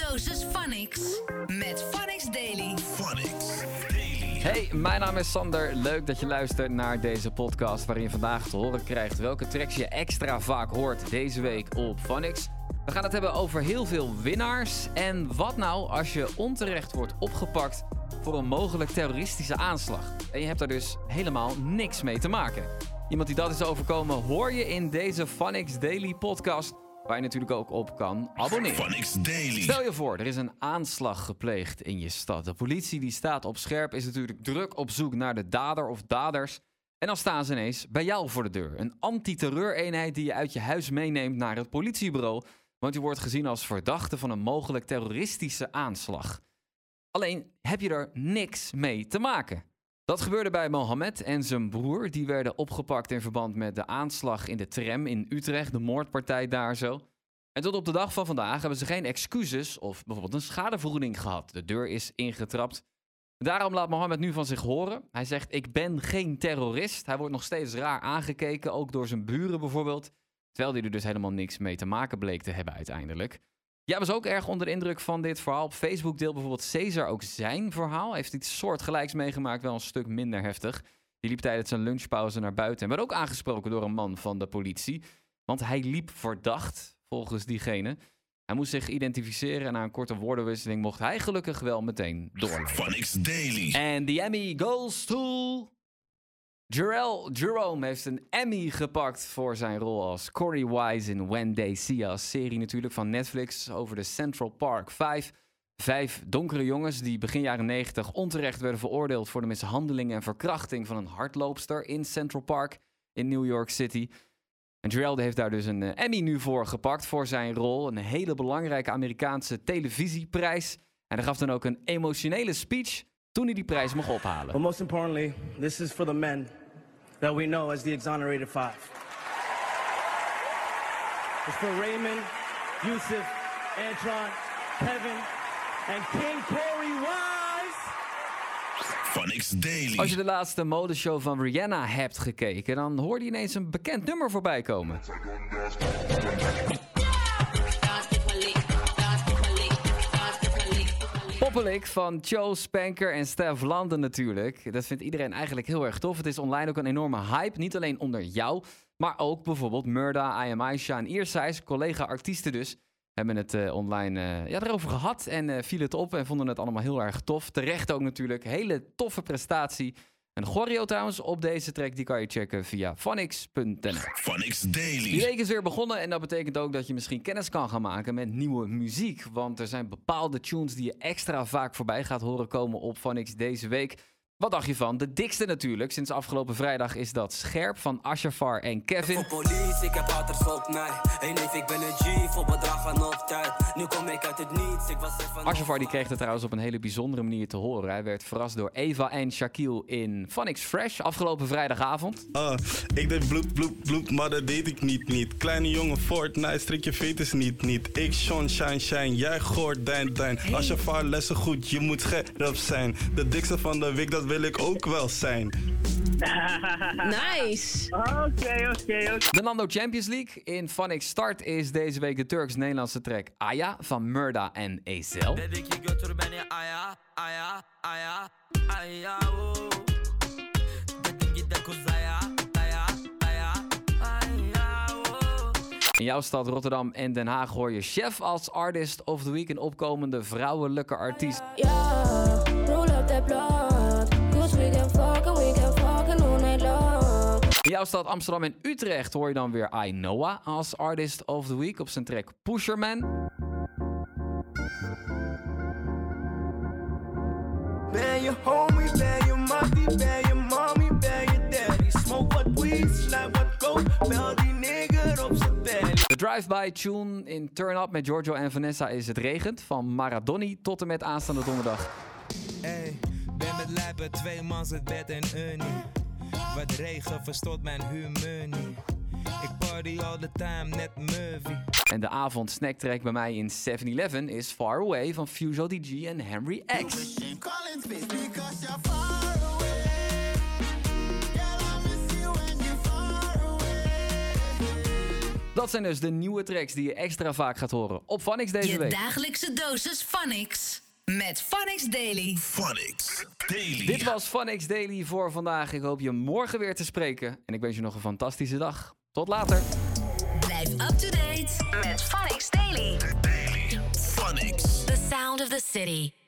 dosis Phonics met Phonics Daily. Hey, mijn naam is Sander. Leuk dat je luistert naar deze podcast waarin je vandaag te horen krijgt welke tracks je extra vaak hoort deze week op Phonics. We gaan het hebben over heel veel winnaars en wat nou als je onterecht wordt opgepakt voor een mogelijk terroristische aanslag. En je hebt daar dus helemaal niks mee te maken. Iemand die dat is overkomen hoor je in deze Phonics Daily podcast, waar je natuurlijk ook op kan abonneren. Phonics Daily. Stel je voor, er is een aanslag gepleegd in je stad. De politie die staat op scherp, is natuurlijk druk op zoek naar de dader of daders. En dan staan ze ineens bij jou voor de deur. Een antiterreureenheid die je uit je huis meeneemt naar het politiebureau, want je wordt gezien als verdachte van een mogelijk terroristische aanslag. Alleen heb je er niks mee te maken. Dat gebeurde bij Mohammed en zijn broer. Die werden opgepakt in verband met de aanslag in de tram in Utrecht, de moordpartij daar zo. En tot op de dag van vandaag hebben ze geen excuses of bijvoorbeeld een schadevergoeding gehad. De deur is ingetrapt. Daarom laat Mohammed nu van zich horen. Hij zegt, ik ben geen terrorist. Hij wordt nog steeds raar aangekeken, ook door zijn buren bijvoorbeeld. Terwijl hij er dus helemaal niks mee te maken bleek te hebben uiteindelijk. Jij was ook erg onder de indruk van dit verhaal. Op Facebook deelt bijvoorbeeld Cesar ook zijn verhaal. Hij heeft iets soortgelijks meegemaakt, wel een stuk minder heftig. Die liep tijdens zijn lunchpauze naar buiten en werd ook aangesproken door een man van de politie. Want hij liep verdacht, volgens diegene. Hij moest zich identificeren en na een korte woordenwisseling mocht hij gelukkig wel meteen door. Phonics Daily. En die Emmy goes to... Jerome heeft een Emmy gepakt voor zijn rol als Corey Wise in When They See Us. Serie natuurlijk van Netflix over de Central Park 5. 5 donkere jongens die begin jaren 90 onterecht werden veroordeeld voor de mishandeling en verkrachting van een hardloopster in Central Park in New York City. En Jarrell heeft daar dus een Emmy nu voor gepakt voor zijn rol. Een hele belangrijke Amerikaanse televisieprijs. En hij gaf dan ook een emotionele speech toen hij die prijs mocht ophalen. But most importantly, this is for the men that we know as the Exonerated Five. It's for Raymond, Yusuf, Antron, Kevin, and King Corey Wise. Phonics Daily. Als je de laatste modeshow van Rihanna hebt gekeken, dan hoor je ineens een bekend nummer voorbij komen. Poppelik van Cho, Spanker en Steph London natuurlijk. Dat vindt iedereen eigenlijk heel erg tof. Het is online ook een enorme hype. Niet alleen onder jou, maar ook bijvoorbeeld Murda, I Am Aisha en Earsize, collega-artiesten dus, hebben het online erover gehad en viel het op en vonden het allemaal heel erg tof. Terecht ook natuurlijk. Hele toffe prestatie. Een choreo trouwens op deze track, die kan je checken via phonics.nl. Phonics Daily. Die week is weer begonnen en dat betekent ook dat je misschien kennis kan gaan maken met nieuwe muziek. Want er zijn bepaalde tunes die je extra vaak voorbij gaat horen komen op Phonics deze week. Wat dacht je van? De dikste natuurlijk. Sinds afgelopen vrijdag is dat Scherp van Ashafar en Kevin. Voor politie, ik heb haters op mij. Hey neef, ik ben een G, voor bedragen op tijd. Nu kom ik uit het niets, ik was even... Ashafar die kreeg het trouwens op een hele bijzondere manier te horen. Hij werd verrast door Eva en Shaquille in Phonics Fresh afgelopen vrijdagavond. Ik deed bloep, maar dat deed ik niet. Kleine jongen Fortnite, strik je veters niet. Ik shine, jij gordijn. Als je vaar lessen goed, je moet scherp zijn. De dikste van de week, dat wil ik ook wel zijn. Nice. Oké. De Nando Champions League in Phonics Start is deze week de Turks-Nederlandse track Aya van Murda en Ezel. In jouw stad Rotterdam en Den Haag hoor je Chef als Artist of the Week, een opkomende vrouwelijke artiest. Yeah, roll up that blood. Cause we can fucking all night long. In jouw stad Amsterdam en Utrecht hoor je dan weer I Noah als Artist of the Week op zijn track Pusherman. Ben je homie, ben je mattie, ben je mommy, ben je daddy. Smoke what weed, snap what coke, bel die nigger op zijn belly. De drive-by tune in Turn Up met Giorgio en Vanessa is Het Regent van Maradoni tot en met aanstaande donderdag. Hey, ben met lijpen, 2 mans, het bed en Ernie. Wat regen verstoort mijn humeur niet. Ik party all the time, net Murphy. En de avond snacktrack bij mij in 7-Eleven is Far Away van Fuso DG en Henry X. Dat zijn dus de nieuwe tracks die je extra vaak gaat horen op Phonics deze Je week. dagelijkse dosis Phonics. Met Phonics Daily. Phonics Daily. Dit was Phonics Daily voor vandaag. Ik hoop je morgen weer te spreken. En ik wens je nog een fantastische dag. Tot later. Blijf up to date met Phonics Daily. Phonics. The sound of the city.